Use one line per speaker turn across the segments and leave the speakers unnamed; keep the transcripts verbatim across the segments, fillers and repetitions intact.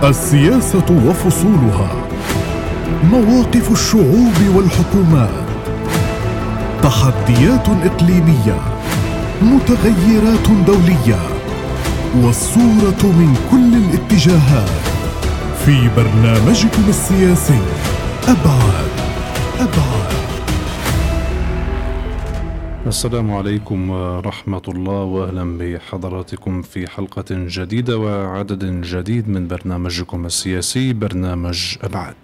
السياسة وفصولها، مواقف الشعوب والحكومات، تحديات إقليمية، متغيرات دولية، والصورة من كل الاتجاهات في برنامجكم السياسي أبعاد أبعاد.
السلام عليكم ورحمة الله، وأهلا بحضراتكم في حلقة جديدة وعدد جديد من برنامجكم السياسي برنامج أبعاد.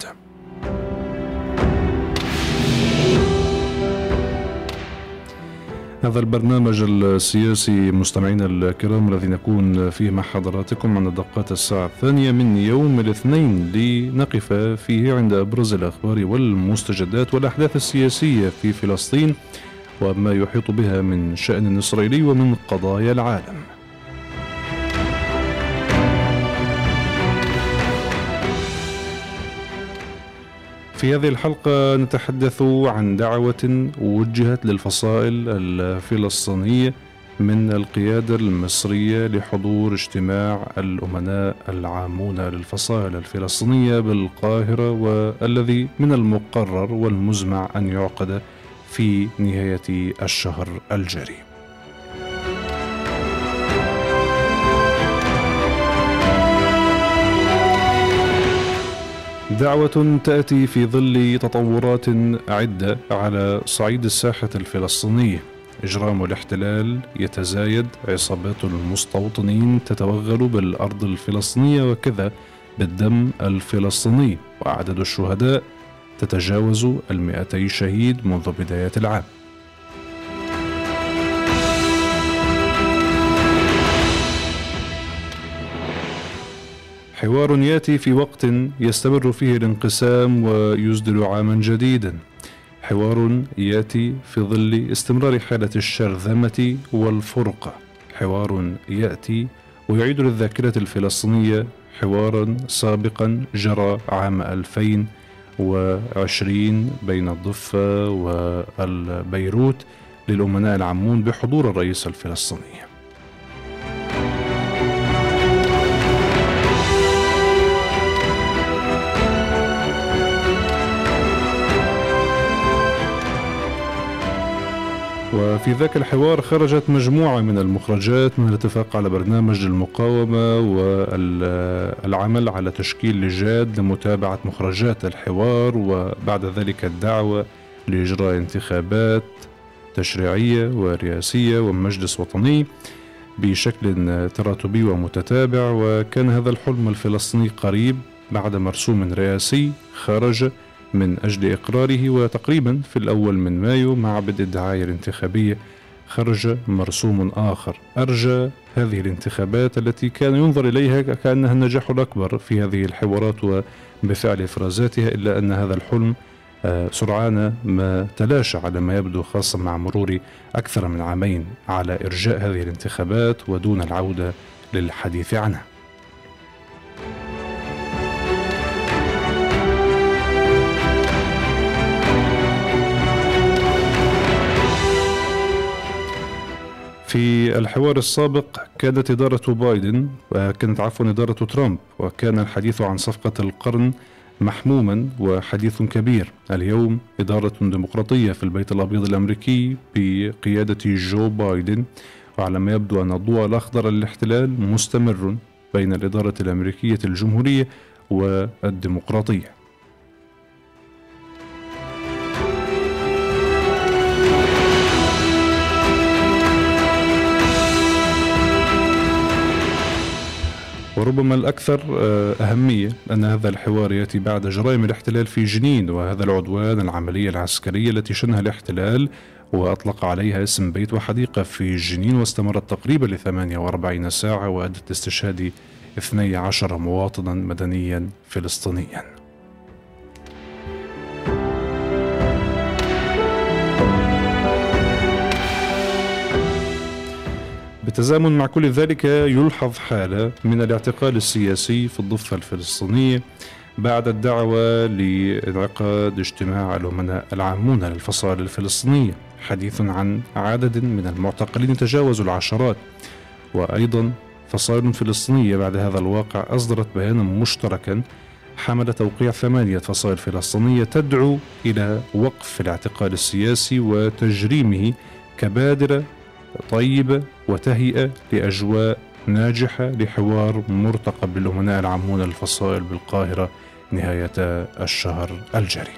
هذا البرنامج السياسي مستمعينا الكرام الذي نكون فيه مع حضراتكم عند دقات الساعة الثانية من يوم الاثنين لنقف فيه عند أبرز الأخبار والمستجدات والأحداث السياسية في فلسطين وما يحيط بها من شأن إسرائيلي ومن قضايا العالم. في هذه الحلقة نتحدث عن دعوة وجهت للفصائل الفلسطينية من القيادة المصرية لحضور اجتماع الأمناء العامون للفصائل الفلسطينية بالقاهرة، والذي من المقرر والمزمع أن يعقد في نهاية الشهر الجاري. دعوة تأتي في ظل تطورات عدة على صعيد الساحة الفلسطينية. إجرام الاحتلال يتزايد، عصابات المستوطنين تتوغل بالأرض الفلسطينية وكذا بالدم الفلسطيني، وأعداد الشهداء تتجاوز المئتي شهيد منذ بداية العام. حوار يأتي في وقت يستمر فيه الانقسام ويزدل عاما جديدا. حوار يأتي في ظل استمرار حالة الشرذمة والفرقة. حوار يأتي ويعيد للذاكرة الفلسطينية حوارا سابقا جرى عام ألفين وعشرين بين الضفة والبيروت للأمناء العامون بحضور الرئيس الفلسطيني. وفي ذاك الحوار خرجت مجموعة من المخرجات من الاتفاق على برنامج المقاومة والعمل على تشكيل لجان لمتابعة مخرجات الحوار، وبعد ذلك الدعوة لإجراء انتخابات تشريعية ورئاسية ومجلس وطني بشكل تراتبي ومتتابع. وكان هذا الحلم الفلسطيني قريب بعد مرسوم رئاسي خرج من أجل إقراره، وتقريبا في الأول من مايو مع بدء الدعاية الانتخابية خرج مرسوم آخر أرجى هذه الانتخابات التي كان ينظر إليها كأنها النجاح الأكبر في هذه الحوارات وبفعل إفرازاتها، إلا أن هذا الحلم سرعان ما تلاشى على ما يبدو، خاصة مع مرور أكثر من عامين على إرجاء هذه الانتخابات ودون العودة للحديث عنها. في الحوار السابق كانت إدارة بايدن وكانت عفوا إدارة ترامب، وكان الحديث عن صفقة القرن محموما وحديث كبير. اليوم إدارة ديمقراطية في البيت الأبيض الأمريكي بقيادة جو بايدن، وعلى ما يبدو أن الضوء الأخضر للاحتلال مستمر بين الإدارة الأمريكية الجمهورية والديمقراطية. وربما الأكثر أهمية أن هذا الحوار يأتي بعد جرائم الاحتلال في جنين، وهذا العدوان العملية العسكرية التي شنها الاحتلال وأطلق عليها اسم بيت وحديقة في جنين، واستمرت تقريبا لثمانية وأربعين ساعة وأدت لاستشهاد اثني عشر مواطنا مدنيا فلسطينيا. بالتزامن مع كل ذلك يلحظ حالة من الاعتقال السياسي في الضفة الفلسطينية بعد الدعوة لانعقاد اجتماع الأمناء العامون للفصائل الفلسطينية. حديث عن عدد من المعتقلين تجاوزوا العشرات، وأيضا فصائل فلسطينية بعد هذا الواقع أصدرت بيانا مشتركا حمل توقيع ثمانية فصائل فلسطينية تدعو إلى وقف الاعتقال السياسي وتجريمه كبادرة طيبة وتهيئة لأجواء ناجحة لحوار مرتقب للأمناء العامون للفصائل بالقاهرة نهاية الشهر الجاري.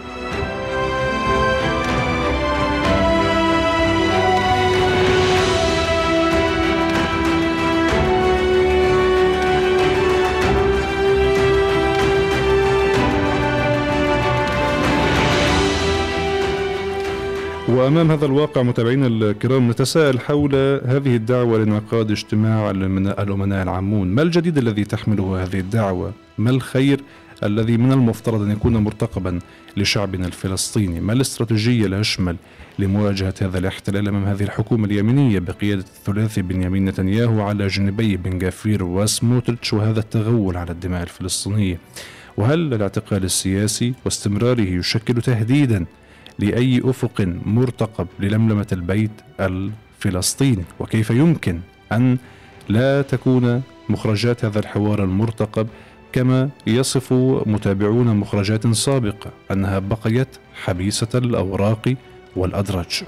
وأمام هذا الواقع متابعينا الكرام نتساءل حول هذه الدعوة لانعقاد اجتماع الأمناء العامون. ما الجديد الذي تحمله هذه الدعوة؟ ما الخير الذي من المفترض أن يكون مرتقبا لشعبنا الفلسطيني؟ ما الاستراتيجية الأشمل لمواجهة هذا الاحتلال أمام هذه الحكومة اليمينية بقيادة الثلاثي بنيامين نتنياهو على جانبي بن غفير وسموتريتش وهذا التغول على الدماء الفلسطينية؟ وهل الاعتقال السياسي واستمراره يشكل تهديدا لأي أفق مرتقب للملمة البيت الفلسطيني؟ وكيف يمكن أن لا تكون مخرجات هذا الحوار المرتقب كما يصف متابعون مخرجات سابقة أنها بقيت حبيسة الأوراق والأدراج؟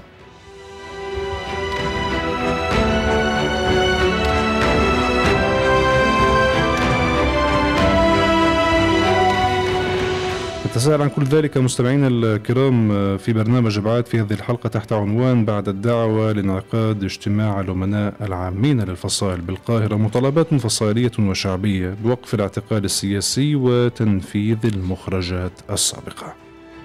نتساءل عن كل ذلك مستمعينا الكرام في برنامج أبعاد في هذه الحلقة تحت عنوان بعد الدعوة لانعقاد اجتماع الأمناء العامين للفصائل بالقاهرة مطالبات فصائلية وشعبية بوقف الاعتقال السياسي وتنفيذ المخرجات السابقة.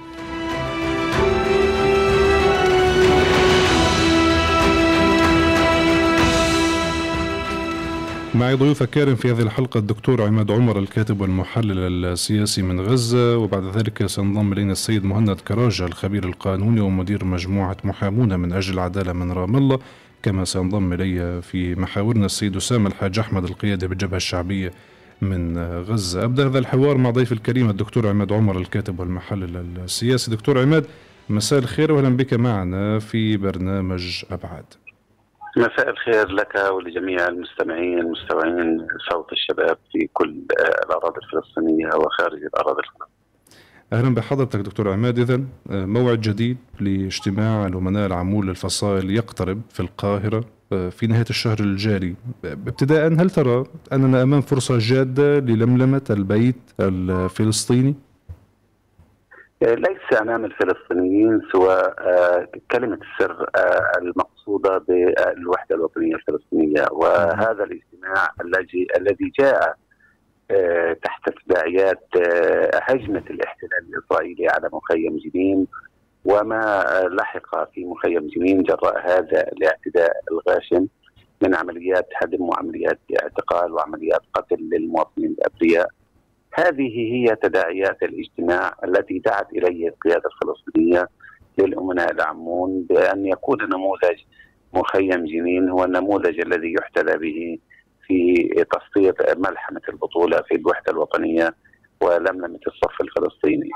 معي ضيوف كارم في هذه الحلقة الدكتور عماد عمر الكاتب والمحلل السياسي من غزة، وبعد ذلك سينضم إلينا السيد مهند كراجة الخبير القانوني ومدير مجموعة محامون من أجل العدالة من رام الله، كما سينضم إلي في محاورنا السيد أسامة الحاج أحمد القيادي بالجبهة الشعبية من غزة. أبدأ هذا الحوار مع ضيف الكريم الدكتور عماد عمر الكاتب والمحلل السياسي. دكتور عماد، مساء الخير وأهلا بك معنا في برنامج أبعاد.
مساء الخير لك ولجميع المستمعين المستمعين صوت الشباب في كل الأراضي الفلسطينية وخارج الأراضي الفلسطينية.
أهلا بحضرتك دكتور عماد. إذن موعد جديد لاجتماع الأمناء العامون للفصائل يقترب في القاهرة في نهاية الشهر الجاري. ابتداء، هل ترى أننا أمام فرصة جادة للملمة البيت الفلسطيني؟
ليس أمام الفلسطينيين سوى كلمة السر المقصودة بالوحدة الوطنية الفلسطينية، وهذا الاجتماع الذي الذي جاء تحت تداعيات هجمة الاحتلال الإسرائيلي على مخيم جنين وما لحق في مخيم جنين جراء هذا الاعتداء الغاشم من عمليات هدم وعمليات اعتقال وعمليات قتل للمواطنين الأبرياء. هذه هي تداعيات الاجتماع التي دعت إليه القيادة الفلسطينية للأمناء العامون بأن يكون نموذج مخيم جنين هو النموذج الذي يحتذى به في تصفية ملحمة البطولة في الوحدة الوطنية ولملمة الصف الفلسطيني.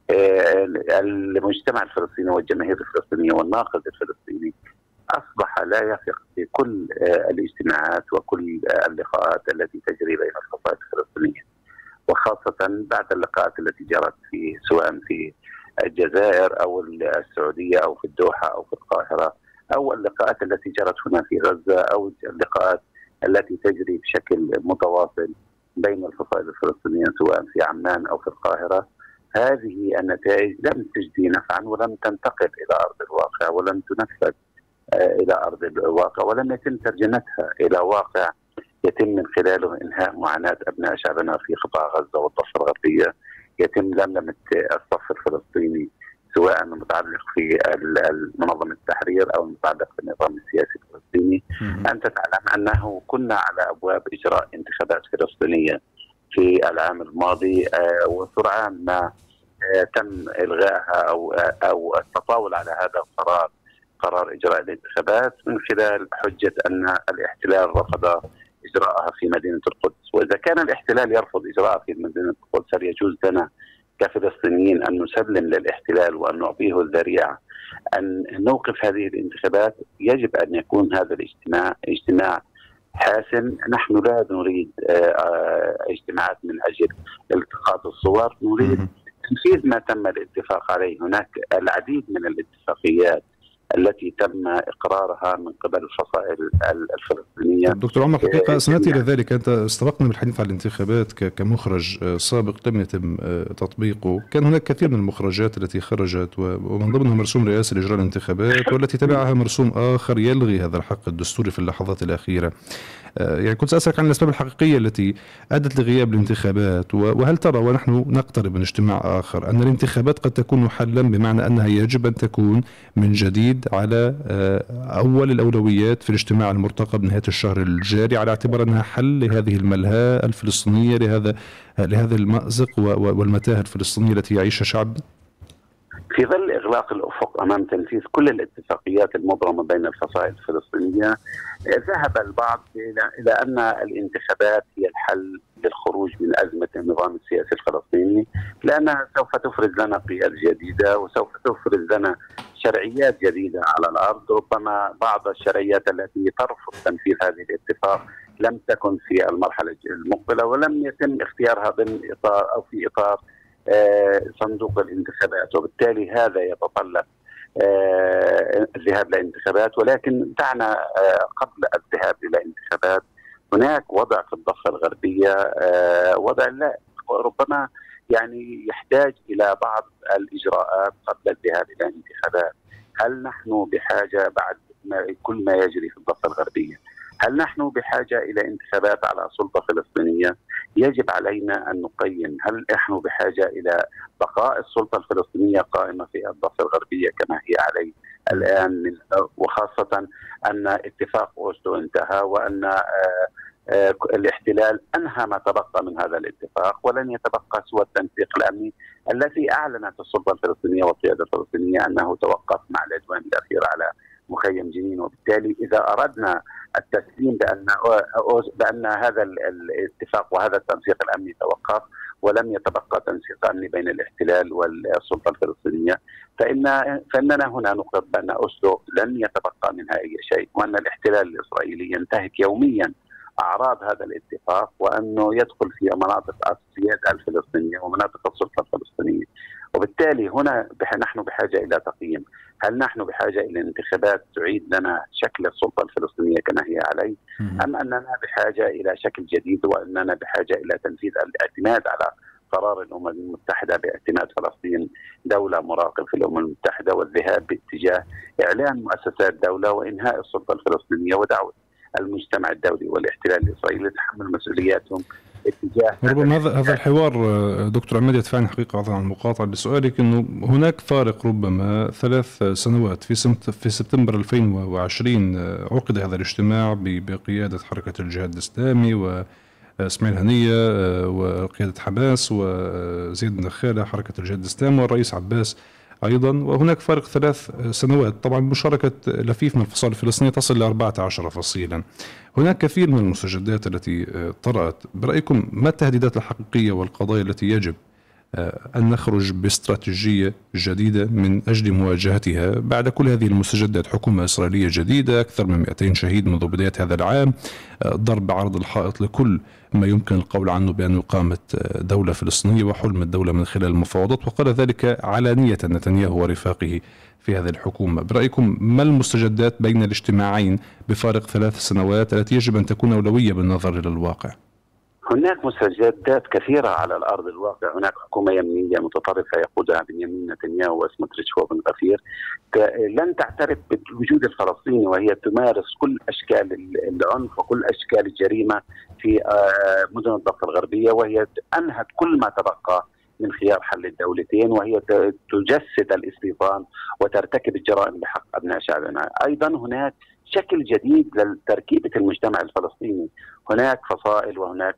المجتمع الفلسطيني والجماهير الفلسطينية والناقد الفلسطيني أصبح لا يثق في كل الاجتماعات وكل اللقاءات التي تجري بين الفصائل الفلسطينية، وخاصة بعد اللقاءات التي جرت في سواء في الجزائر أو السعودية أو في الدوحة أو في القاهرة، أو اللقاءات التي جرت هنا في غزة، أو اللقاءات التي تجري بشكل متواصل بين الفصائل الفلسطينية سواء في عمان أو في القاهرة. هذه النتائج لم تجدي نفعا ولم تنتقل إلى أرض الواقع ولم تنفذ إلى أرض الواقع ولم يتم ترجمتها إلى واقع يتم من خلاله إنهاء معاناة أبناء شعبنا في قطاع غزة والضفة الغربية، يتم لملمة الصف الفلسطيني سواء المتعلق في منظمة التحرير أو المتعلق في النظام السياسي الفلسطيني. أنت تعلم أنه كنا على أبواب إجراء انتخابات فلسطينية في العام الماضي، وسرعان ما تم إلغائها أو أو التطاول على هذا القرار، قرار إجراء الانتخابات، من خلال حجة أن الاحتلال رفض إجراءها في مدينة القدس. وإذا كان الاحتلال يرفض إجراءها في مدينة القدس، هل يجوز لنا كفلسطينيين أن نسلم للاحتلال وأن نعطيه الذريعة أن نوقف هذه الانتخابات؟ يجب أن يكون هذا الاجتماع اجتماع حاسم. نحن لا نريد اجتماعات من أجل التقاط الصور، نريد تنفيذ ما تم الاتفاق عليه. هناك العديد من الاتفاقيات التي تم إقرارها من قبل الفصائل الفلسطينية.
دكتور عمر، حقيقة سنأتي إلى ذلك. أنت استبقنا بالحديث عن الانتخابات كمخرج سابق لم يتم تطبيقه. كان هناك كثير من المخرجات التي خرجت ومن ضمنها مرسوم رئاسي لإجراء الانتخابات، والتي تبعها مرسوم آخر يلغي هذا الحق الدستوري في اللحظات الأخيرة. يعني كنت سأسألك عن الأسباب الحقيقية التي أدت لغياب الانتخابات، وهل ترى ونحن نقترب من اجتماع آخر أن الانتخابات قد تكون حلا، بمعنى أنها يجب أن تكون من جديد على أول الأولويات في الاجتماع المرتقب نهاية الشهر الجاري، على اعتبار أنها حل لهذه الملهى الفلسطينية، لهذا لهذا المأزق والمتاهة الفلسطينية التي يعيشها شعب؟
في ظل إغلاق الأفق أمام تنفيذ كل الاتفاقيات المبرمة بين الفصائل الفلسطينية، ذهب البعض إلى أن الانتخابات هي الحل للخروج من أزمة النظام السياسي الفلسطيني، لأنها سوف تفرز لنا قيادة جديدة وسوف تفرز لنا شرعيات جديدة على الأرض. ربما بعض الشرعيات التي ترفض تنفيذ هذه الاتفاق لم تكن في المرحلة المقبلة ولم يتم اختيارها ضمن إطار أو في إطار صندوق الانتخابات، وبالتالي هذا يتطلب الذهاب لانتخابات. ولكن دعنا قبل الذهاب إلى انتخابات هناك وضع في الضفة الغربية، وضع لا ربما يعني يحتاج إلى بعض الإجراءات قبل الذهاب إلى انتخابات. هل نحن بحاجة بعد ما كل ما يجري في الضفة الغربية، هل نحن بحاجة إلى انتخابات على سلطة فلسطينية؟ يجب علينا أن نقيم هل نحن بحاجة إلى بقاء السلطة الفلسطينية قائمة في الضفة الغربية كما هي عليه الآن، وخاصة أن اتفاق أوسلو انتهى وأن الاحتلال أنهى ما تبقى من هذا الاتفاق، ولن يتبقى سوى التنسيق الأمني الذي أعلنت السلطة الفلسطينية والقيادة الفلسطينية أنه توقف مع العدوان الأخير على مخيم جنين. وبالتالي إذا أردنا التسليم بأن بأن هذا الاتفاق وهذا التنسيق الأمني توقف ولم يتبقى تنسيق أمني بين الاحتلال والسلطة الفلسطينية، فإن فإننا هنا نقر بأن أوسلو لن يتبقى منها أي شيء، وأن الاحتلال الإسرائيلي ينتهك يوميا أعراض هذا الاتفاق، وأنه يدخل في مناطق السيادة الفلسطينية ومناطق السلطة الفلسطينية. وبالتالي هنا نحن بحاجة إلى تقييم، هل نحن بحاجة إلى انتخابات تعيد لنا شكل السلطة الفلسطينية كما هي عليه، أم أننا بحاجة إلى شكل جديد، وأننا بحاجة إلى تنفيذ الاعتماد على قرار الأمم المتحدة باعتماد فلسطين دولة مراقب في الأمم المتحدة، والذهاب باتجاه إعلان مؤسسات دولة وإنهاء السلطة الفلسطينية ودعوة المجتمع الدولي والاحتلال الإسرائيلي لتحمل مسؤولياتهم اتجاه.
ربما هذا هذا الحوار دكتور عماد يدفعني حقيقة عن المقاطعة لسؤالك، إنه هناك فارق ربما ثلاث سنوات. في في سبتمبر ألفين وعشرين عقد هذا الاجتماع بقيادة حركة الجهاد الإسلامي وإسماعيل هنية وقيادة حماس وزيد النخالة حركة الجهاد الإسلامي والرئيس عباس أيضا، وهناك فارق ثلاث سنوات. طبعا مشاركة لفيف من الفصائل الفلسطينية تصل إلى أربعة عشر فصيلا. هناك كثير من المستجدات التي طرأت. برأيكم ما التهديدات الحقيقية والقضايا التي يجب أن نخرج باستراتيجية جديدة من أجل مواجهتها بعد كل هذه المستجدات؟ حكومة إسرائيلية جديدة، أكثر من مئتين شهيد منذ بداية هذا العام، ضرب عرض الحائط لكل ما يمكن القول عنه بأن قامت دولة فلسطينية وحلم الدولة من خلال المفاوضات، وقال ذلك علانية نتنياهو ورفاقه في هذه الحكومة. برأيكم ما المستجدات بين الاجتماعين بفارق ثلاث سنوات التي يجب أن تكون أولوية بالنظر إلى الواقع؟
هناك مستجدات كثيرة على الأرض الواقع. هناك حكومة يمنية متطرفة يقودها بنيامين نتنياهو وسموتريتش وبن غفير لن تعترف بالوجود الفلسطيني، وهي تمارس كل أشكال العنف وكل أشكال الجريمة في مدن الضفة الغربية، وهي أنهت كل ما تبقى من خيار حل الدولتين، وهي تجسد الاستيطان وترتكب الجرائم بحق أبناء شعبنا. أيضا هناك شكل جديد لتركيبة المجتمع الفلسطيني، هناك فصائل وهناك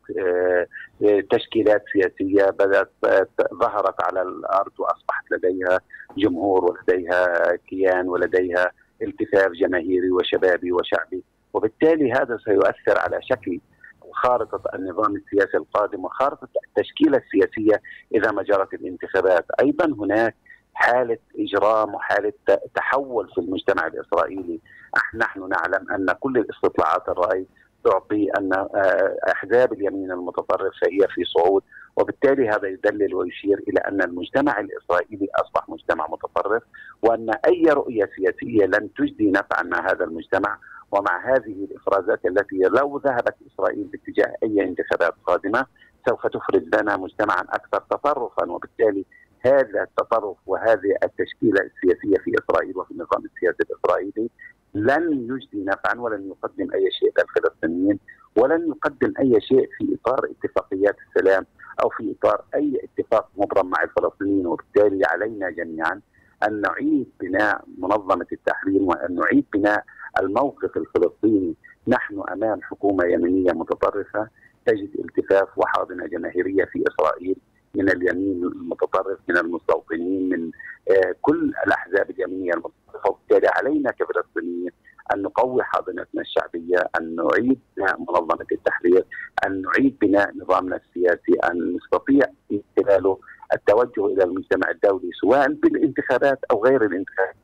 تشكيلات سياسية بدأت ظهرت على الأرض وأصبحت لديها جمهور ولديها كيان ولديها التفاف جماهيري وشبابي وشعبي، وبالتالي هذا سيؤثر على شكل خارطة النظام السياسي القادم وخارطة التشكيلة السياسية إذا ما جرت الانتخابات. أيضا هناك حالة إجرام وحالة تحول في المجتمع الإسرائيلي. نحن نعلم أن كل الاستطلاعات الرأي تعطي أن أحزاب اليمين المتطرف هي في صعود، وبالتالي هذا يدلل ويشير إلى أن المجتمع الإسرائيلي أصبح مجتمع متطرف، وأن أي رؤية سياسية لن تجدي نفعا مع هذا المجتمع ومع هذه الإفرازات التي لو ذهبت إسرائيل باتجاه أي انتخابات قادمة سوف تفرز لنا مجتمعا أكثر تطرفا. وبالتالي هذا التطرف وهذه التشكيلة السياسية في إسرائيل وفي النظام السياسي الإسرائيلي لن يجدي نفعا ولن يقدم أي شيء للفلسطينيين، ولن يقدم أي شيء في إطار اتفاقيات السلام أو في إطار أي اتفاق مبرم مع الفلسطينيين. وبالتالي علينا جميعا أن نعيد بناء منظمة التحرير وأن نعيد بناء الموقف الفلسطيني. نحن أمام حكومة يمنية متطرفة تجد التفاف وحاضنة جماهيرية في إسرائيل من اليمين المتطرف، من المستوطنين، من آه كل الأحزاب اليمينية المتطرفة. وبالتالي علينا كفلسطينيين أن نقوي حاضنتنا الشعبية، أن نعيد بناء منظمة التحرير، أن نعيد بناء نظامنا السياسي، أن نستطيع من خلاله التوجه إلى المجتمع الدولي سواء بالانتخابات أو غير الانتخابات.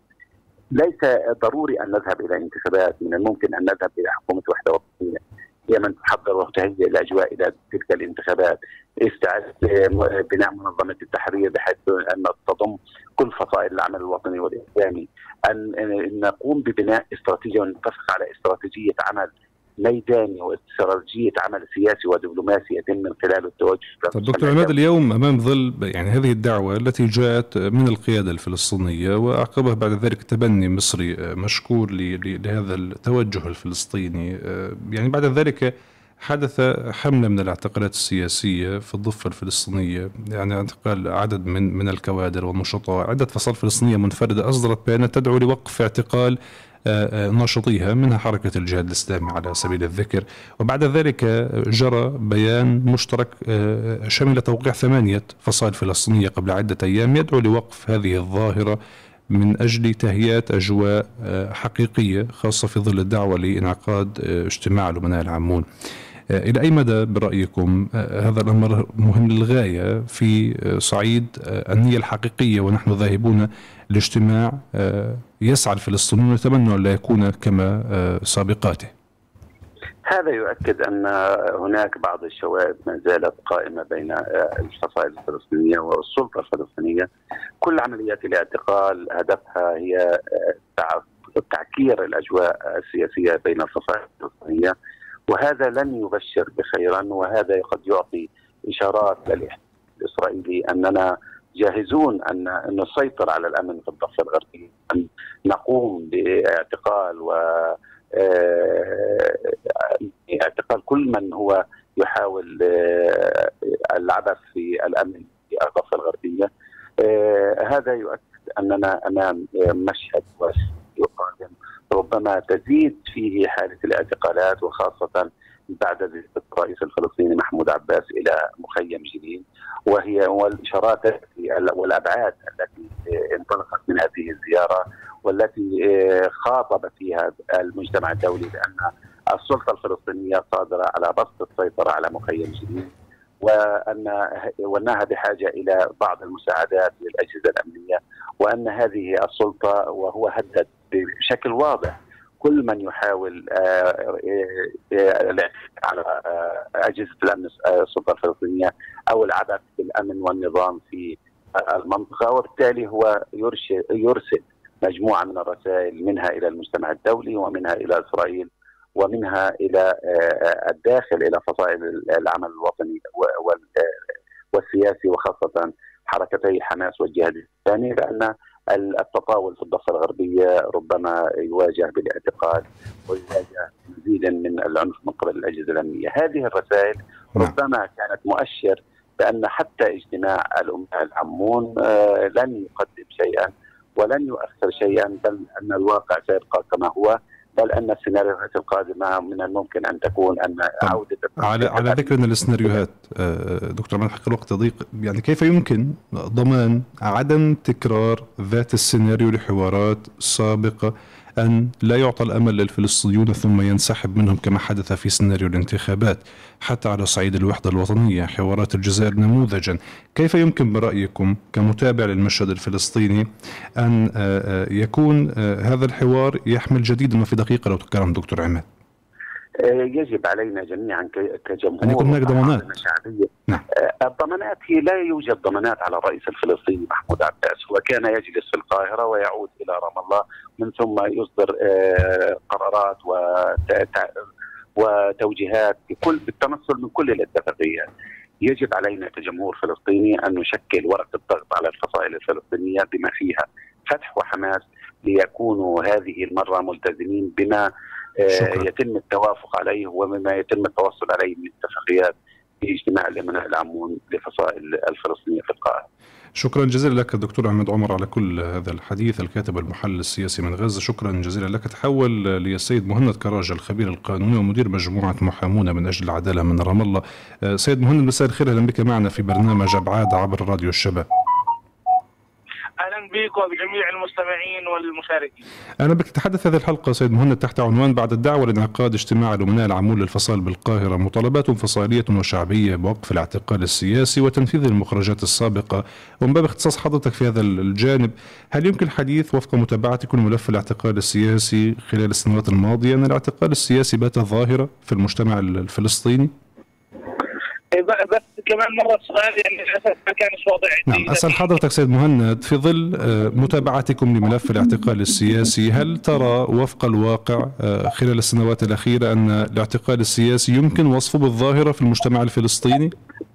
ليس ضروري أن نذهب إلى انتخابات، من الممكن أن نذهب إلى حكومة وحدة وطنية هي من تحضر وتهيئ الأجواء إلى تلك الانتخابات. استعادة بناء منظمة التحرير بحيث أن تضم كل فصائل العمل الوطني والإسلامي، أن نقوم ببناء استراتيجية ونتفق على استراتيجية عمل ميداني واستراتيجية عمل سياسي ودبلوماسي يتم من خلال التوجه.
طب دكتور عماد، اليوم أمام ظل يعني هذه الدعوة التي جاءت من القيادة الفلسطينية وأعقبها بعد ذلك تبني مصري مشكور لهذا التوجه الفلسطيني، يعني بعد ذلك حدث حملة من الاعتقالات السياسية في الضفة الفلسطينية، يعني اعتقال عدد من من الكوادر والنشطاء. عدة فصائل فلسطينية منفردة أصدرت بيانات تدعو لوقف اعتقال ناشطيها، منها حركة الجهاد الإسلامي على سبيل الذكر. وبعد ذلك جرى بيان مشترك شمل توقيع ثمانية فصائل فلسطينية قبل عدة أيام يدعو لوقف هذه الظاهرة من أجل تهيئة أجواء حقيقية، خاصة في ظل الدعوة لإنعقاد اجتماع الأمناء العامون. إلى أي مدى برأيكم هذا الأمر مهم للغاية في صعيد النية الحقيقية ونحن ذاهبون لاجتماع يسعى الفلسطينيون ويتمنوا أن لا يكون كما سابقاته؟
هذا يؤكد أن هناك بعض الشوائب ما زالت قائمة بين الفصائل الفلسطينية والسلطة الفلسطينية. كل عمليات الاعتقال هدفها هي تعكير الأجواء السياسية بين الفصائل الفلسطينية، وهذا لن يبشر بخيرا، وهذا قد يعطي إشارات للاحتلال الإسرائيلي أننا جاهزون أن نسيطر على الأمن في الضفة الغربية، أن نقوم باعتقال و اعتقال كل من هو يحاول العبث في الأمن في الضفة الغربية. هذا يؤكد أننا أمام مشهد قادم ربما تزيد فيه حالة الاعتقالات، وخاصة بعد زيارة الرئيس الفلسطيني محمود عباس إلى مخيم جنين، وهي والإشارات والأبعاد التي انطلقت من هذه الزيارة والتي خاطب فيها المجتمع الدولي بأن السلطة الفلسطينية قادرة على بسط السيطرة على مخيم جنين، وأن وأنها بحاجة إلى بعض المساعدات للأجهزة الأمنية، وأن هذه السلطة، وهو هدد بشكل واضح كل من يحاول الاعتماد على أجهزة الأمن السلطة الفلسطينية أو العبث بالأمن والنظام في المنطقة. وبالتالي هو يرسل مجموعة من الرسائل، منها إلى المجتمع الدولي ومنها إلى إسرائيل ومنها إلى الداخل إلى فصائل العمل الوطني والسياسي، وخاصة حركتي حماس والجهاد الإسلامي، بأن التطاول في الضفة الغربية ربما يواجه بالاعتقال ويواجه مزيد من العنف من قبل الأجهزة الأمنية. هذه الرسائل ربما كانت مؤشر بأن حتى اجتماع الأمناء العامون لن يقدم شيئا ولن يؤثر شيئا، بل أن الواقع سيبقى كما هو، بل أن السيناريوهات القادمة من الممكن أن تكون أن عودة
على على ذكر أن السيناريوهات دكتور عماد، حق الوقت ضيق، يعني كيف يمكن ضمان عدم تكرار ذات السيناريو لحوارات سابقة، أن لا يعطى الأمل للفلسطينيون ثم ينسحب منهم كما حدث في سيناريو الانتخابات؟ حتى على صعيد الوحدة الوطنية، حوارات الجزائر نموذجا، كيف يمكن برأيكم كمتابع للمشهد الفلسطيني أن يكون هذا الحوار يحمل جديدا؟ ما في دقيقة لو تكرم دكتور عماد.
يجب علينا جميعا كجمهور
أن يكون هناك ضمانات
شعبية. نعم. الضمانات هي لا يوجد ضمانات على الرئيس الفلسطيني محمود عباس، هو كان يجلس في القاهرة ويعود إلى رام الله من ثم يصدر قرارات وتوجيهات بكل بالتمثل من كل الاتفاقيات. يجب علينا كجمهور فلسطيني أن نشكل ورقة ضغط على الفصائل الفلسطينية بما فيها فتح وحماس ليكونوا هذه المرة ملتزمين بما شكرا. يتم التوافق عليه ومما يتم التوصل عليه من اتفاقيات في اجتماع الأمناء العامون لفصائل الفلسطينية في القاهرة.
شكرا جزيلا لك دكتور أحمد عمر على كل هذا الحديث، الكاتب المحلل السياسي من غزة. شكرا جزيلا لك. تحول للسيد مهند كراج الخبير القانوني ومدير مجموعة محامون من أجل العدالة من رام الله. سيد مهند، مساء الخير، أهلا بك معنا في برنامج أبعاد عبر راديو الشباب.
أهلا بك وبجميع المستمعين والمشاركين.
أنا بك تحدث هذه الحلقة سيد مهند تحت عنوان بعد الدعوة لانعقاد اجتماع الأمناء العامون للفصائل بالقاهرة مطالبات فصائلية وشعبية بوقف الاعتقال السياسي وتنفيذ المخرجات السابقة، ومن باب اختصاص حضرتك في هذا الجانب، هل يمكن الحديث وفق متابعتكم ملف الاعتقال السياسي خلال السنوات الماضية أن الاعتقال السياسي بات ظاهرة في المجتمع الفلسطيني؟
بس كمان مرة السؤال يعني للأسف ما كانش واضح.
نعم، أسأل حضرتك سيد مهند في ظل متابعتكم لملف الاعتقال السياسي، هل ترى وفق الواقع خلال السنوات الأخيرة أن الاعتقال السياسي يمكن وصفه بالظاهرة في المجتمع الفلسطيني؟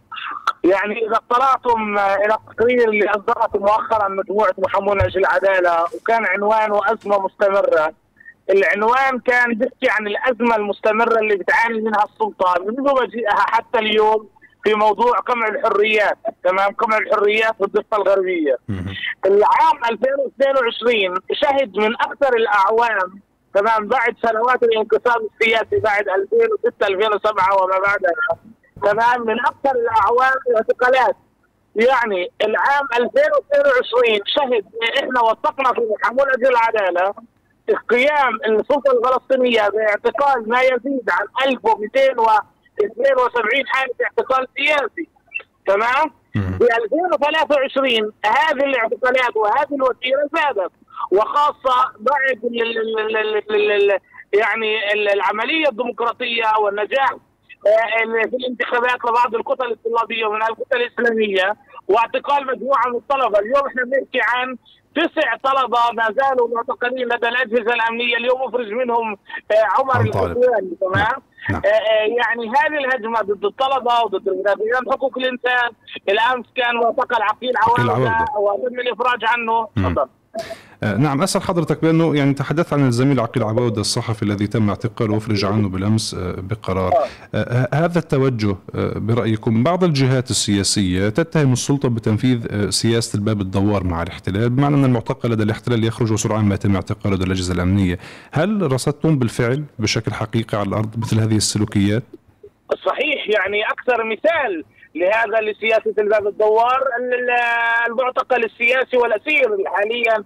يعني إذا اطلعتم إلى التقرير اللي أصدرته مؤخرا مجموعة محامون أجل العدالة وكان عنوانه أزمة مستمرة، العنوان كان بيحكي عن الأزمة المستمرة اللي بتعاني منها السلطة منذ مجيئها حتى اليوم في موضوع قمع الحريات، تمام، قمع الحريات في الضفة الغربية. العام ألفين واثنين وعشرين شهد من أكثر الأعوام، تمام، بعد سنوات الانقسام السياسي بعد ألفين وستة ألفين وسبعة وما بعدها، تمام، من أكثر الأعوام الاعتقالات. يعني العام ألفين واثنين وعشرين شهد إحنا وثقنا في محامون أجل العدالة قيام السلطة الفلسطينية باعتقال ما يزيد عن ألف ومئتين واثنين وسبعين حالة اعتقال سياسي، تمام؟ في ألفين وثلاثة وعشرين هذه الاعتقالات وهذه الوتيرة زادت، وخاصة بعد ال ال ال ال ال يعني العملية الديمقراطية والنجاح في الانتخابات لبعض الكتل الطلابية ومن الكتل الإسلامية واعتقال مجموعة من الطلبة. اليوم احنا بنحكي عن تسع طلبة ما زالوا معتقلين لدى الأجهزة الأمنية، اليوم مفرج منهم عمر الحسواني، تمام؟ نعم. يعني هذه الهجمة ضد الطلبة وضد المدافعين حقوق الإنسان. الأمس كان معتقل عقيل عوادة وتم الإفراج عنه. تفضل.
نعم، أسأل حضرتك بأنه يعني تحدث عن الزميل عقيل عوادة الصحفي الذي تم اعتقاله وافرج عنه بالأمس بقرار. آه. هذا التوجه برأيكم بعض الجهات السياسية تتهم السلطة بتنفيذ سياسة الباب الدوار مع الاحتلال، بمعنى أن المعتقل لدى الاحتلال يخرج وسرعان ما يتم اعتقاله لدى الأجهزة الأمنية. هل رصدتم بالفعل بشكل حقيقي على الأرض مثل هذه السلوكيات؟
صحيح، يعني أكثر مثال لهذا لسياسة الباب الدوار المعتقل السياسي والأسير حاليا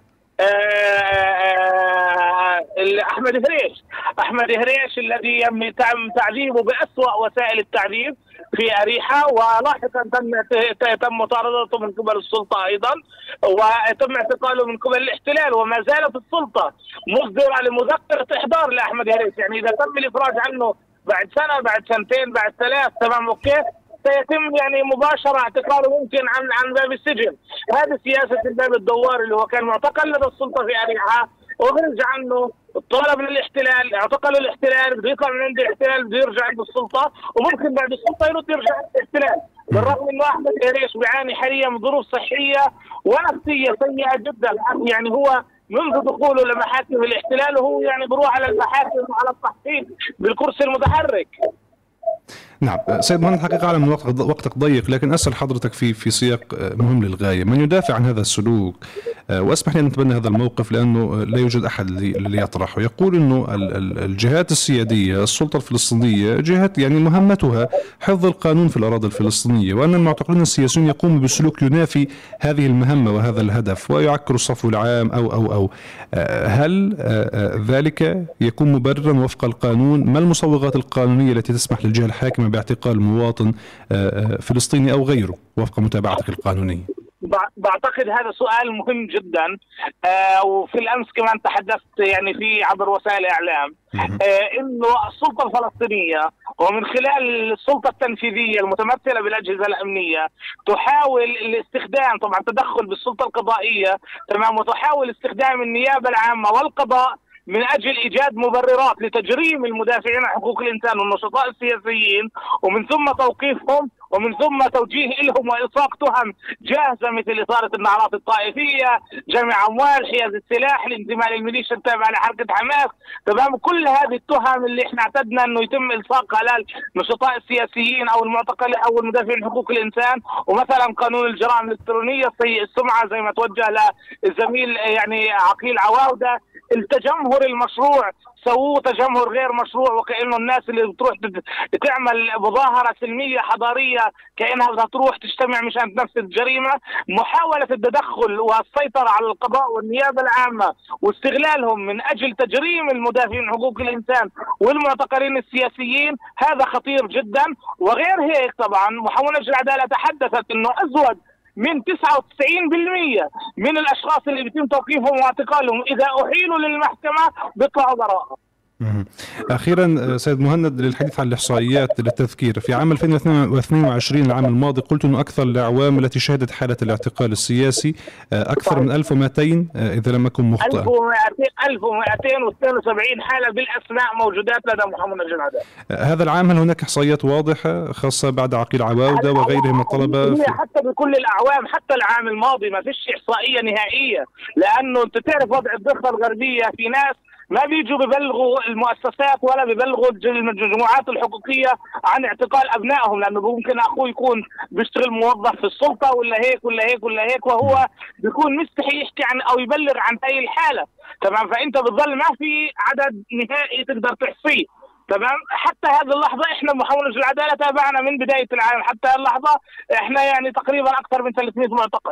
أحمد هريش أحمد هريش الذي تم تعذيبه بأسوأ وسائل التعذيب في أريحة، ولاحقا تم تم مطاردته من قبل السلطة أيضا، وتم اعتقاله من قبل الاحتلال، وما زالت السلطة مصدرة لمذكرة إحضار لأحمد هريش. يعني إذا تم الإفراج عنه بعد سنة بعد سنتين بعد ثلاث، تمام، أوكي، سيتم يعني مباشرة اعتقاله ممكن عن عن باب السجن. هذه سياسة الباب الدوار اللي هو كان معتقل لدى السلطة في أريحة وخرج عنه، طلب للاحتلال، اعتقل الاحتلال، بده يطلع من عند الاحتلال بده يرجع عند السلطة، وممكن بعد السلطة يرد يرجع عند الاحتلال. بالرغم انه احمد هريش بيعاني حاليا من ظروف صحية ونفسية سيئة جدا. يعني هو منذ دخوله لمحاكم الاحتلال وهو يعني بروح على المحاكم وعلى التحقيق بالكرسي المتحرك.
نعم سيد مهند، الحقيقة أعلم أن وقتك ضيق، لكن أسأل حضرتك في في سياق مهم للغاية. من يدافع عن هذا السلوك، وأسمح لي أن نتبنى هذا الموقف لأنه لا يوجد أحد اللي يطرحه، يقول أنه الجهات السيادية السلطة الفلسطينية جهات يعني مهمتها حفظ القانون في الأراضي الفلسطينية، وأن المعتقلين السياسيون يقوموا بسلوك ينافي هذه المهمة وهذا الهدف ويعكروا الصفو العام أو أو أو هل ذلك يكون مبررا وفق القانون؟ ما المصوغات القانونية التي تسمح للجهة الحاكمة باعتقال مواطن فلسطيني أو غيره وفق متابعتك القانونية؟
بعتقد هذا سؤال مهم جدا. آه وفي الامس كمان تحدثت يعني في عبر وسائل الاعلام آه انه السلطه الفلسطينيه ومن خلال السلطه التنفيذيه المتمثله بالاجهزه الامنيه تحاول الاستخدام طبعا تدخل بالسلطه القضائيه تمام، وتحاول استخدام النيابه العامه والقضاء من أجل إيجاد مبررات لتجريم المدافعين عن حقوق الإنسان والنشطاء السياسيين، ومن ثم توقيفهم، ومن ثم توجيه لهم وإلصاق تهم جاهزة مثل إثارة النعرات الطائفية، جمع أموال، حياز السلاح، الانتماء للميليشيا التابعة لحركة حماس. تمام، كل هذه التهم اللي احنا اعتدنا انه يتم إلصاقها للنشطاء السياسيين او المعتقلين او المدافعين عن حقوق الإنسان. ومثلا قانون الجرائم الإلكترونية سيء السمعة زي ما توجه للزميل يعني عقيل عواودة، التجمهر المشروع سووه تجمهر غير مشروع، وكأنه الناس اللي بتروح تعمل مظاهرة سلمية حضارية كأنها بدها تروح تجتمع مشان تنفذ الجريمة. محاولة التدخل والسيطرة على القضاء والنيابة العامة واستغلالهم من أجل تجريم المدافعين عن حقوق الإنسان والمعتقلين السياسيين هذا خطير جدا. وغير هيك طبعا محاولة العدالة تحدثت أنه أزود من تسعة وتسعين بالمئة من الأشخاص اللي بيتم توقيفهم واعتقالهم إذا أحيلوا للمحكمة بيطلعوا براءة.
أخيرا سيد مهند، للحديث عن الإحصائيات للتذكير، في عام ألفين واثنين وعشرين العام الماضي قلت أنه أكثر الأعوام التي شهدت حالة الاعتقال السياسي أكثر من ألف ومئتين إذا لم أكن مخطئا.
ألف ومئتين واثنين وسبعين حالة بالأسماء موجودات لدى محمد نجل العدالة.
هذا العام هل هناك إحصائيات واضحة خاصة بعد عقيل عواودة وغيرهم من الطلبة؟
هي حتى بكل الأعوام، حتى العام الماضي ما فيش إحصائية نهائية، لأنه أنت تعرف وضع الضفة الغربية، في ناس ما بيجوا ببلغوا المؤسسات ولا ببلغوا المجموعات الحقوقية عن اعتقال أبنائهم، لأنه ممكن أخوه يكون بيشتغل موظف في السلطة ولا هيك ولا هيك ولا هيك، وهو بيكون مستحي يحكي عن أو يبلغ عن هاي الحالة. تمام، فأنت بتظل ما في عدد نهائي تقدر تحصيه. تمام، حتى هذه اللحظة احنا محاولة العدالة تابعنا من بداية العام حتى اللحظة احنا يعني تقريبا أكثر من ثلاثمئة معتقل.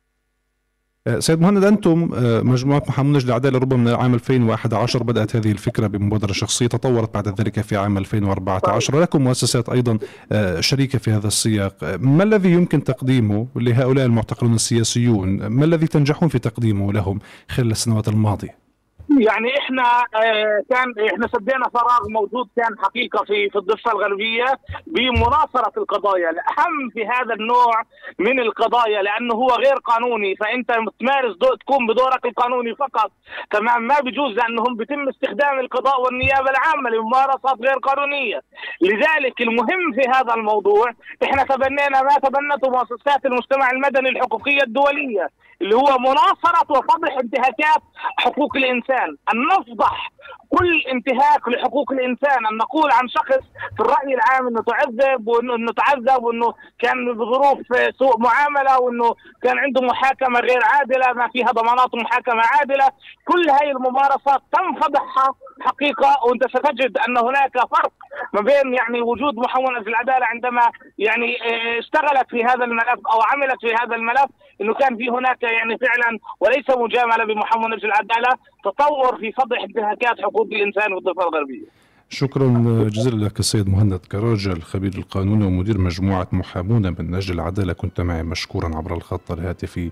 سيد مهند، أنتم مجموعة محامون نجل العدالة ربما من العام ألفين وأحد عشر بدأت هذه الفكرة بمبادرة شخصية، تطورت بعد ذلك في عام ألفين وأربعة عشر، ولكم مؤسسات أيضا شريكة في هذا السياق. ما الذي يمكن تقديمه لهؤلاء المعتقلون السياسيون؟ ما الذي تنجحون في تقديمه لهم خلال السنوات الماضية؟
يعني احنا اه كان احنا سدينا فراغ موجود كان حقيقه في في الضفه الغربيه بمناصره القضايا الاهم في هذا النوع من القضايا، لانه هو غير قانوني، فانت تمارس دو تكون بدورك القانوني فقط. تمام، ما بيجوز لانهم بيتم استخدام القضاء والنيابه العامه لممارسات غير قانونيه. لذلك المهم في هذا الموضوع احنا تبنينا ما تبنته مؤسسات المجتمع المدني الحقوقيه الدوليه، اللي هو مناصره وفضح انتهاكات حقوق الانسان، أن نفضح كل انتهاك لحقوق الإنسان، أن نقول عن شخص في الرأي العام أنه تعذب وأنه تعذب وأنه كان بظروف سوء معاملة وأنه كان عنده محاكمة غير عادلة ما فيها ضمانات محاكمة عادلة. كل هاي الممارسات تم فضحها حقيقة، وأنت ستجد أن هناك فرق ما بين يعني وجود محاولة العدالة عندما يعني اشتغلت في هذا الملف أو عملت في هذا الملف، أنه كان في هناك يعني فعلا وليس مجاملة بمحاولة العدالة، تطور في فضح انتهاكات حقوق الإنسان في الضفة الغربية.
شكرا جزيلا لك السيد مهند كراجة، الخبير القانوني ومدير مجموعة محامون من نجل العدالة، كنت معي مشكورا عبر الخط الهاتفي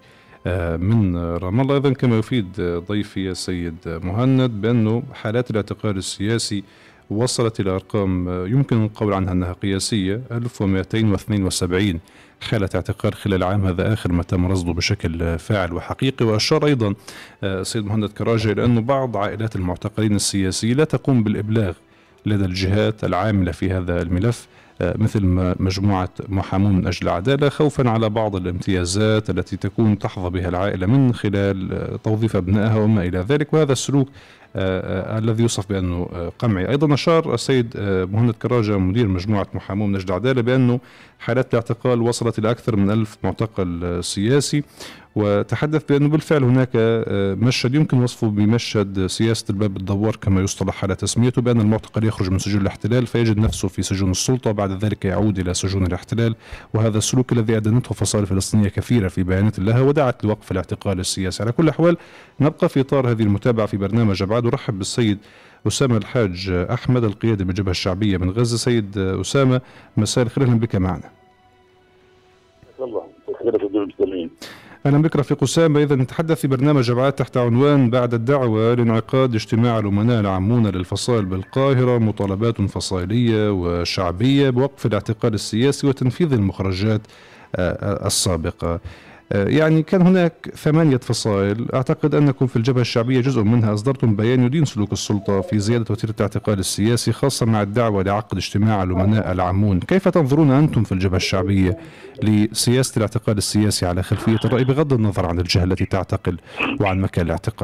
من رام الله. أيضا كما يفيد ضيفي السيد مهند بأنه حالات الاعتقال السياسي وصلت إلى أرقام يمكن القول عنها أنها قياسية، ألف ومئتين واثنين وسبعين حالة اعتقال خلال العام هذا آخر ما تم رصده بشكل فاعل وحقيقي. وأشار أيضا السيد مهند كراجة إلى أن بعض عائلات المعتقلين السياسيين لا تقوم بالإبلاغ لدى الجهات العاملة في هذا الملف مثل مجموعة محامون من أجل العدالة، خوفا على بعض الامتيازات التي تكون تحظى بها العائلة من خلال توظيف أبنائها وما إلى ذلك، وهذا السلوك آه الذي يوصف بأنه آه قمعي. أيضا أشار السيد آه مهند كراجة مدير مجموعة محامون من أجل العدالة بأنه حالات الاعتقال وصلت إلى أكثر من ألف معتقل آه سياسي، وتحدث بأنه بالفعل هناك آه مشهد يمكن وصفه بمشهد سياسة الباب الدوار كما يصطلح على تسميته، بأن المعتقل يخرج من سجون الاحتلال فيجد نفسه في سجون السلطة وبعد ذلك يعود إلى سجون الاحتلال، وهذا السلوك الذي أدانته فصائل فلسطينية كثيرة في بيانات لها ودعت لوقف الاعتقال السياسي. على كل الأحوال نبقى في إطار هذه المتابعة في برنامج أبعاد. ورحب بالسيد أسامة الحاج أحمد القيادي بالجبهة الشعبية من غزة. سيد أسامة مساء الخير، أهلا بك معنا.
الله خير في المسلمين.
أهلا بك رفيق أسامة. إذا نتحدث في برنامج أبعاد تحت عنوان بعد الدعوة لانعقاد اجتماع الأمناء العامون للفصائل بالقاهرة، مطالبات فصائلية وشعبية بوقف الاعتقال السياسي وتنفيذ المخرجات السابقة. يعني كان هناك ثمانية فصائل، أعتقد أنكم في الجبهة الشعبية جزء منها أصدرتم بيان يدين سلوك السلطة في زيادة وتيرة الاعتقال السياسي، خاصة مع الدعوة لعقد اجتماع الأمناء العامون. كيف تنظرون أنتم في الجبهة الشعبية لسياسة الاعتقال السياسي على خلفية الرأي بغض النظر عن الجهة التي تعتقل وعن مكان الاعتقال؟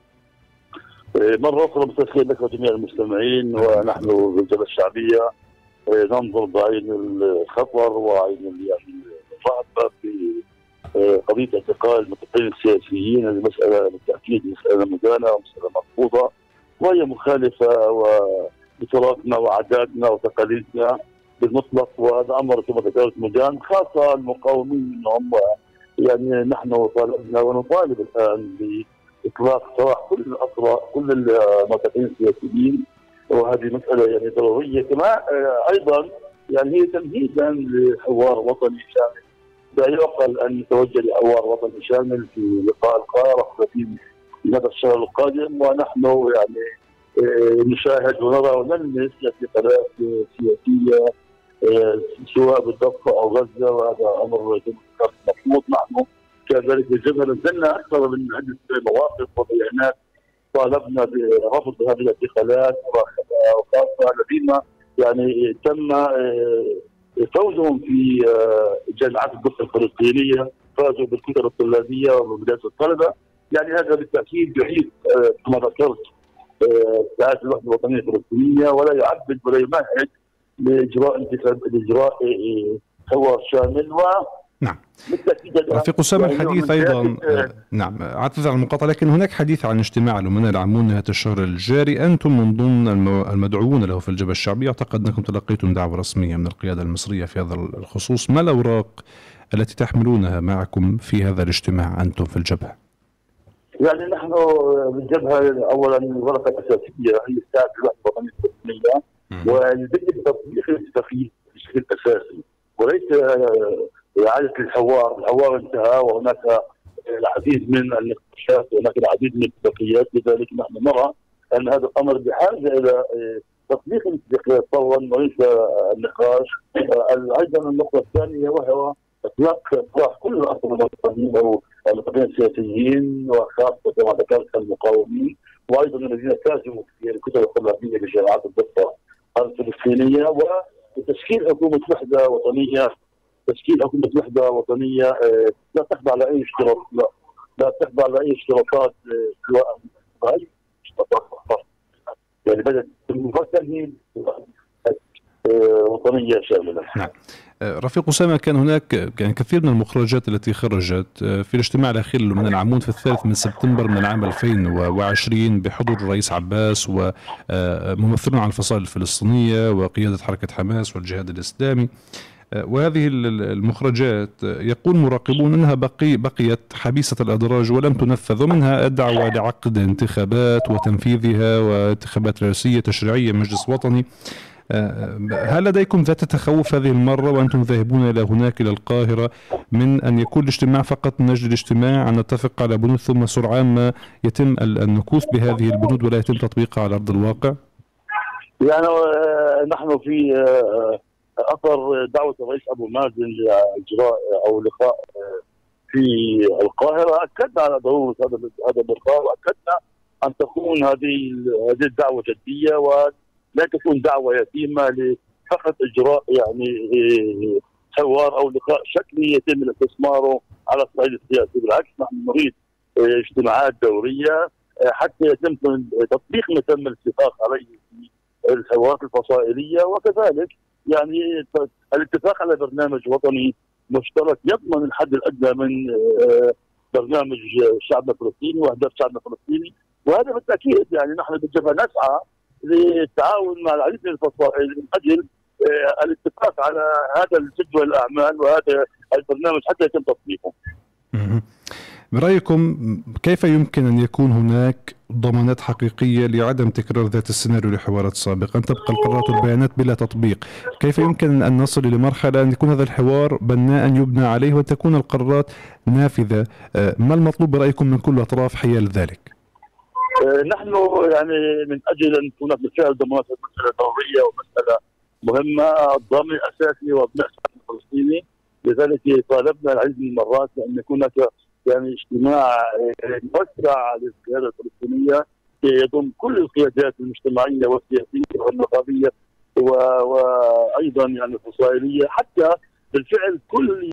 مرة أخرى مساء الخير لك وجميع المستمعين. ونحن في الجبهة الشعبية ننظر بعين الخطر وعين يعني الرهبة في قضية اعتقال المتقين السياسيين. هذه مسألة بالتأكيد مسألة مدانة ومسألة مرفوضة، وهي مخالفة لتراثنا وعاداتنا وتقاليدنا بالمطلق، وهذا أمر كما ذكرت مدان، خاصة المقاومين هم يعني نحن طالبنا ونطالب الآن بإطلاق سراح كل الأسرى كل المتقين السياسيين، وهذه مسألة يعني ضرورية. كما أيضا يعني هي تمهيدا لحوار وطني شامل، لا يعقل ان يتوجه لحوار وطني شامل في لقاء القاهره في هذا الشهر القادم، ونحن يعني نشاهد ونرى ونلمس اعتقالات سياسيه سواء بالضفه او غزه، وهذا امر مرفوض. نحن كذلك الجبهه نزلنا اكثر من عده مواقف وبيانات طالبنا برفض هذه الاعتقالات، وخاصه الذين يعني تم فوزهم في جامعات الضفه الفلسطينيه، فازوا بالكتب الطلابيه ومدارس الطلبه. يعني هذا بالتاكيد يعيد كما ذكرت ساعات الوحده الوطنيه الفلسطينيه، ولا يعبد ولا يمهد لاجراء انتخاب لاجراء حوار شامل. و
نعم رفيق أسامة، الحديث أيضا نعم أعتذر عن المقاطعة، لكن هناك حديث عن اجتماع الأمناء العامون نهاية الشهر الجاري. أنتم من ضمن المدعوون له في الجبهة الشعبية، أعتقد أنكم تلقيتم دعوة رسمية من القيادة المصرية في هذا الخصوص. ما الأوراق التي تحملونها معكم في هذا الاجتماع أنتم في الجبهة؟
يعني نحن بالجبهة أولا الورقة الأساسية هي استعادة الوحدة الوطنية الفلسطينية، والبدء بتطبيق الاتفاقية بشكل أساسي وليس إعادة الحوار. الحوار انتهى وهناك العديد من النقاشات وهناك العديد من الاتفاقيات، لذلك نحن نرى أن هذا الأمر بحاجة إلى تطبيق الاتفاقيات فورا وليس النقاش. أيضا النقطة الثانية وهو إطلاق سراح كل الأسرى الوطنيين أو المتقين السياسيين، وخاصة كما ذكرت المقاومين، وأيضا الذين فازوا في الكتب الطلابية بجامعات الضفة الفلسطينية، وتشكيل حكومة وحدة وطنية تشكيل حكومة وحدة وطنية لا تخضع لأي اشتراط لا لا تخضع لأي اشتراطات سواء هاي اشتراطات يعني بدأت تمهيد وطنية شاملة.
نعم رفيق أسامة، كان هناك يعني كثير من المخرجات التي خرجت في الاجتماع الأخير من العامون في الثالث من سبتمبر من العام ألفين وعشرين بحضور الرئيس عباس وممثلون عن الفصائل الفلسطينية وقيادة حركة حماس والجهاد الإسلامي، وهذه المخرجات يقول مراقبون أنها بقي بقيت حبيسة الأدراج ولم تنفذ، ومنها الدعوة لعقد انتخابات وتنفيذها وانتخابات رئاسية تشريعية مجلس وطني. هل لديكم ذات تخوف هذه المرة وأنتم ذاهبون إلى هناك إلى القاهرة من أن يكون الاجتماع فقط من أجل الاجتماع، أن نتفق على بنود ثم سرعان ما يتم النكوث بهذه البنود ولا يتم تطبيقها على أرض الواقع؟
يعني نحن في أثر دعوة الرئيس أبو مازن لإجراء أو لقاء في القاهرة أكدنا على ضرورة هذا هذا اللقاء، وأكدنا أن تكون هذه هذه الدعوة جدية ولا تكون دعوة يتيمة لفقط إجراء يعني حوار أو لقاء شكلي يتم استثماره على الصعيد السياسي. بالعكس نحن نريد اجتماعات دورية حتى يتم تطبيق ما تم الاتفاق عليه في الحوارات الفصائلية، وكذلك يعني الاتفاق على برنامج وطني مشترك يضمن الحد الادنى من برنامج شعبنا الفلسطيني واهداف شعبنا الفلسطيني. وهذا بالتاكيد يعني نحن بالجبهه نسعى للتعاون مع العديد من الفصائل من اجل الاتفاق على هذا الجدول الاعمال وهذا البرنامج حتى يتم تطبيقه.
برأيكم كيف يمكن أن يكون هناك ضمانات حقيقية لعدم تكرار ذات السيناريو لحوارات سابقة، أن تبقى القرارات والبيانات بلا تطبيق. كيف يمكن أن نصل لمرحلة أن يكون هذا الحوار بناء يبنى عليه وأن تكون القرارات نافذة؟ ما المطلوب برأيكم من كل الأطراف حيال ذلك؟
نحن يعني من أجل أن تكون بالفعل ضمانات مسألة ضرورية ومسألة مهمة، الضامن الأساسي وابناء الشعب الفلسطيني، لذلك طالبنا العديد من المرات بأن يكون هناك يعني اجتماع موسع للقيادة الفلسطينية يضم كل القيادات المجتمعية والسياسية والنقابية وأيضا يعني الفصائلية، حتى بالفعل كل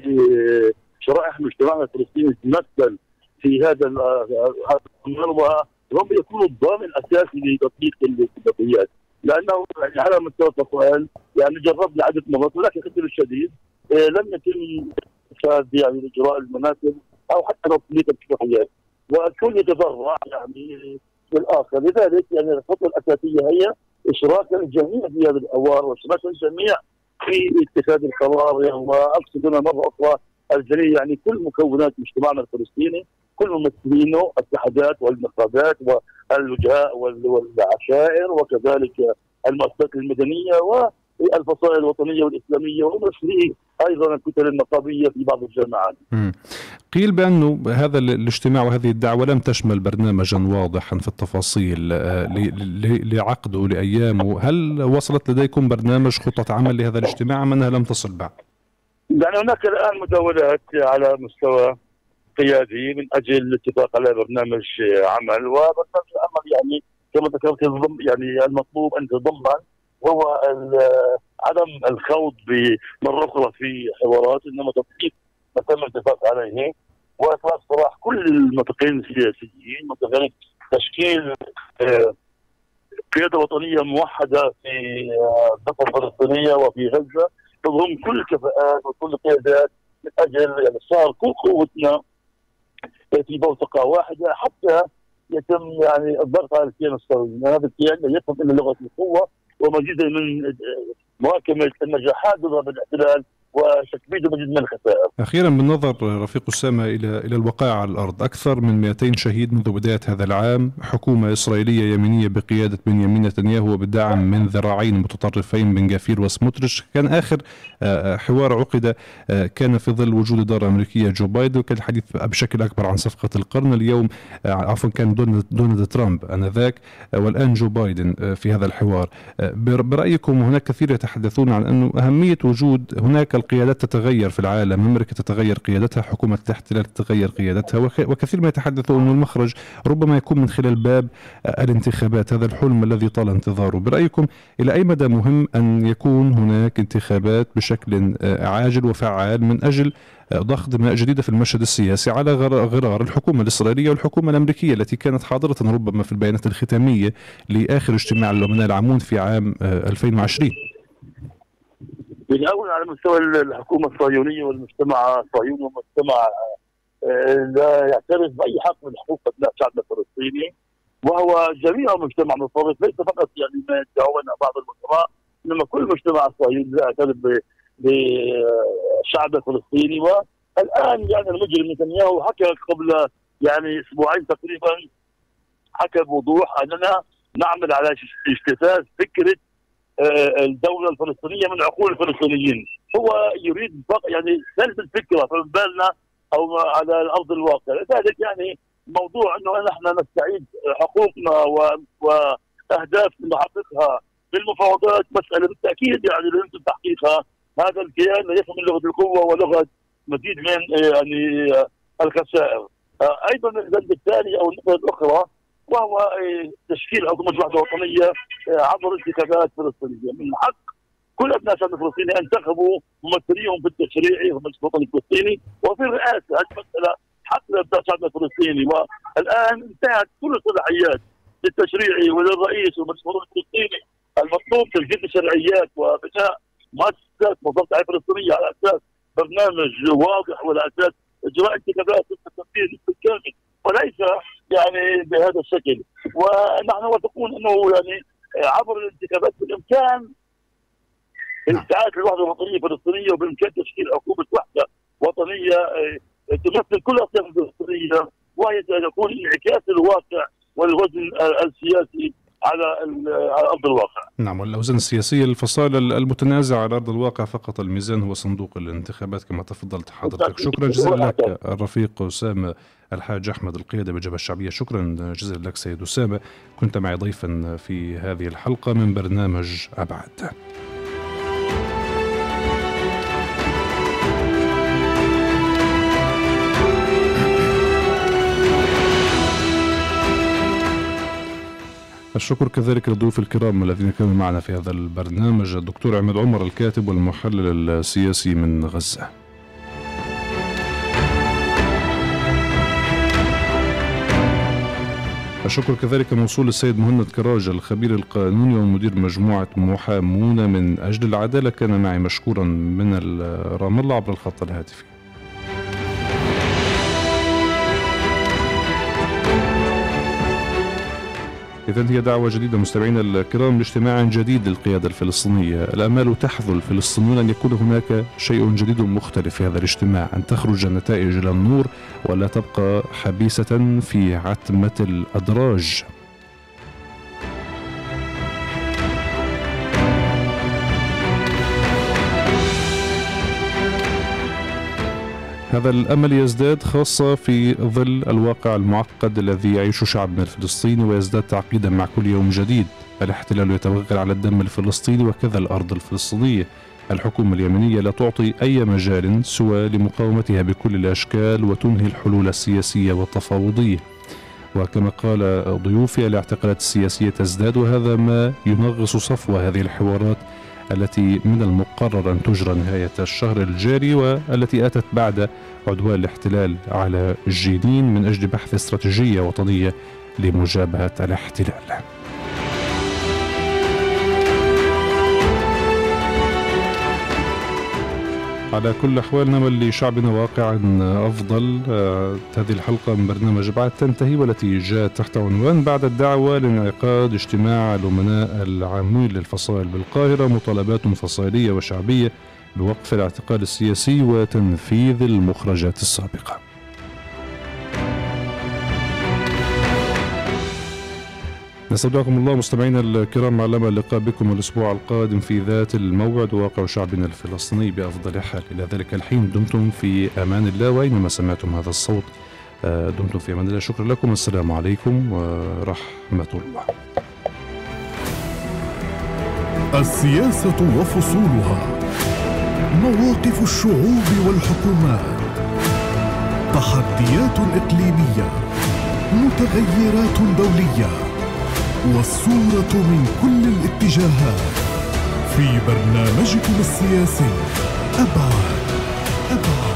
شرائح مجتمعنا الفلسطيني تمثل في هذا الأمر وهم يكونوا الضامن الأساسي لتطبيق الاتفاقيات، لأنه يعني على مستوى التفاعل يعني جربنا عدة مرات، ولكن للأسف الشديد لم يتم اتخاذ يعني إجراء المناسب أو حتى تطبيق الاتفاقيات، والكل يتضرع يعني بالآخر. لذلك يعني الخطوة الأساسية هي إشراك الجميع في هذا الحوار وإشراك الجميع في اتخاذ القرار، وأقصد هنا مرة أخرى الجميع يعني كل مكونات مجتمعنا الفلسطيني، كل ممثلينه، الاتحادات والنقابات والوجهاء والعشائر وكذلك المؤسسات المدنية والفصائل الوطنية والإسلامية وممثلي أيضا الكتل النقابية في بعض الجامعات.
قيل بأنه هذا الاجتماع وهذه الدعوة لم تشمل برنامجا واضحا في التفاصيل لعقده لأيامه، هل وصلت لديكم برنامج خطة عمل لهذا الاجتماع أم أنها لم تصل بعد؟
يعني هناك الآن مداولات على مستوى قيادي من أجل الاتفاق على برنامج عمل، وبرنامج العمل يعني كما ذكرت يعني المطلوب أن يتضمن هو عدم الخوض بمرة أخرى في حوارات، إنما تطبيق ما تم الاتفاق عليه وإطلاق سراح كل المنطقين السياسيين، مثلا تشكيل قيادة وطنية موحدة في الضفة الفلسطينية وفي غزة تضم كل الكفاءات وكل القيادات من أجل يعني صار كل قوتنا في بوتقة واحدة حتى يتم يعني الضغط على الكيان الصهيوني. هذا الكيان لا يفهم إلا لغة القوة ومزيد من مواكبة النجاحات ضد الاحتلال وتكبيد مزيد من الخسائر.
أخيرا بالنظر رفيق أسامة إلى إلى الواقع على الأرض، أكثر من مئتين شهيد منذ بداية هذا العام، حكومة إسرائيلية يمينية بقيادة بنيامين نتنياهو وبالدعم من ذراعين متطرفين بن غفير وسموتريتش. كان آخر حوار عقد كان في ظل وجود إدارة أمريكية جو بايدن، وكان الحديث بشكل أكبر عن صفقة القرن. اليوم عفوا كان دونالد ترامب آنذاك، والآن جو بايدن في هذا الحوار. برأيكم هناك كثير يتحدثون عن أنه أهمية وجود هناك القيادات تتغير في العالم، أمريكا تتغير قيادتها، حكومة الاحتلال تتغير قيادتها، وكثير ما يتحدثون أن المخرج ربما يكون من خلال باب الانتخابات، هذا الحلم الذي طال انتظاره. برأيكم إلى أي مدى مهم أن يكون هناك انتخابات بشكل عاجل وفعال من أجل ضخ دماء جديدة في المشهد السياسي على غرار الحكومة الإسرائيلية والحكومة الأمريكية التي كانت حاضرة ربما في البيانات الختامية لآخر اجتماع الأمناء العامون في عام ألفين وعشرين؟
بالأول على مستوى الحكومة الصهيونية والمجتمع الصهيوني والمجتمع لا يعترف بأي حق من حقوق أبناء شعبنا الفلسطيني، وهو جميع مجتمع متطرف، ليس فقط يعني ما يدعون بعض المجتمع، إنما كل مجتمع صهيوني لا يعترف بالشعب الفلسطيني. والآن يعني المجرم نتنياهو حكى قبل يعني أسبوعين تقريبا، حكى بوضوح أننا نعمل على اجتثاث فكرة الدولة الفلسطينية من عقول الفلسطينيين. هو يريد يعني سلب الفكرة في بالنا أو على الأرض الواقع. لذلك يعني موضوع أنه نحن نستعيد حقوقنا وأهداف نحققها بالمفاوضات مسألة بالتأكيد يعني لا يمكن تحقيقها. هذا الكيان لا يفهم لغة القوة ولغة مزيد من يعني الخسائر. أيضا البند الثاني أو النقطة الأخرى وهو تشكيل حكومة وحدة وطنية عبر انتخابات فلسطينية. من حق كل أبناء الشعب الفلسطيني أن ينتخبوا ممثليهم في التشريعي وفي المجلس الوطني الفلسطيني وفي الرئاسة. هذه مسألة حق لأبناء الشعب الفلسطيني، والآن انتهت كل الصلاحيات للتشريعي وللرئيس والمجلس الوطني الفلسطيني. المطلوب تجديد الشرعيات وبناء مؤسسات منظمة التعاون الفلسطينية على أساس برنامج واضح وعلى أساس إجراء انتخابات بالتنفيذ بالكامل، وليس يعني بهذا الشكل. ونحن واثقون انه يعني عبر الانتخابات بالامكان استعاده الوحده الوطنيه الفلسطينيه، وبالامكان تشكيل حكومه وحده وطنيه تمثل كل الاطياف الفلسطينيه، وهي تكون انعكاس الواقع والوزن السياسي على على ارض الواقع.
نعم، والأوزان السياسية الفصائل المتنازعة على أرض الواقع، فقط الميزان هو صندوق الانتخابات كما تفضلت حضرتك. شكرا جزيلا لك الرفيق أسامة الحاج أحمد القيادة بالجبهة الشعبية. شكرا جزيلا لك سيد أسامة، كنت معي ضيفا في هذه الحلقة من برنامج أبعد. الشكر كذلك للضيوف الكرام الذين كانوا معنا في هذا البرنامج، الدكتور عماد عمر الكاتب والمحلل السياسي من غزة. الشكر كذلك موصول للسيد مهند كراج الخبير القانوني ومدير مجموعة محامون من أجل العدالة، كان معي مشكورا من رام الله عبر الخط الهاتفي. إذن هي دعوة جديدة مستمعينا الكرام لاجتماع جديد للقيادة الفلسطينية. الآمال تحظو الفلسطينيون أن يكون هناك شيء جديد مختلف في هذا الاجتماع، أن تخرج النتائج إلى النور ولا تبقى حبيسة في عتمة الأدراج. هذا الأمل يزداد خاصة في ظل الواقع المعقد الذي يعيشه شعبنا الفلسطيني، ويزداد تعقيدا مع كل يوم جديد. الاحتلال يتوغل على الدم الفلسطيني وكذا الأرض الفلسطينية. الحكومة اليمنية لا تعطي أي مجال سوى لمقاومتها بكل الأشكال وتنهي الحلول السياسية والتفاوضية. وكما قال ضيوفي، الاعتقالات السياسية تزداد، وهذا ما ينغص صفو هذه الحوارات التي من المقرر أن تجرى نهاية الشهر الجاري، والتي أتت بعد عدوان الاحتلال على جنين من أجل بحث استراتيجية وطنية لمجابهة الاحتلال. على كل الأحوال نأمل لشعبنا واقعا أفضل. هذه الحلقة من برنامج بعد تنتهي، والتي جاءت تحت عنوان بعد الدعوة لانعقاد اجتماع الأمناء العامين للفصائل بالقاهرة، مطالبات فصائلية وشعبية بوقف الاعتقال السياسي وتنفيذ المخرجات السابقة. نستودعكم الله مستمعينا الكرام، على اللقاء بكم الأسبوع القادم في ذات الموعد، وواقع شعبنا الفلسطيني بأفضل حال. إلى ذلك الحين دمتم في أمان الله، وأينما سمعتم هذا الصوت دمتم في أمان الله. شكرا لكم، السلام عليكم ورحمة الله.
السياسة وفصولها، مواقف الشعوب والحكومات، تحديات إقليمية، متغيرات دولية، والصورة من كل الاتجاهات في برنامجكم السياسي أبعد أبعد.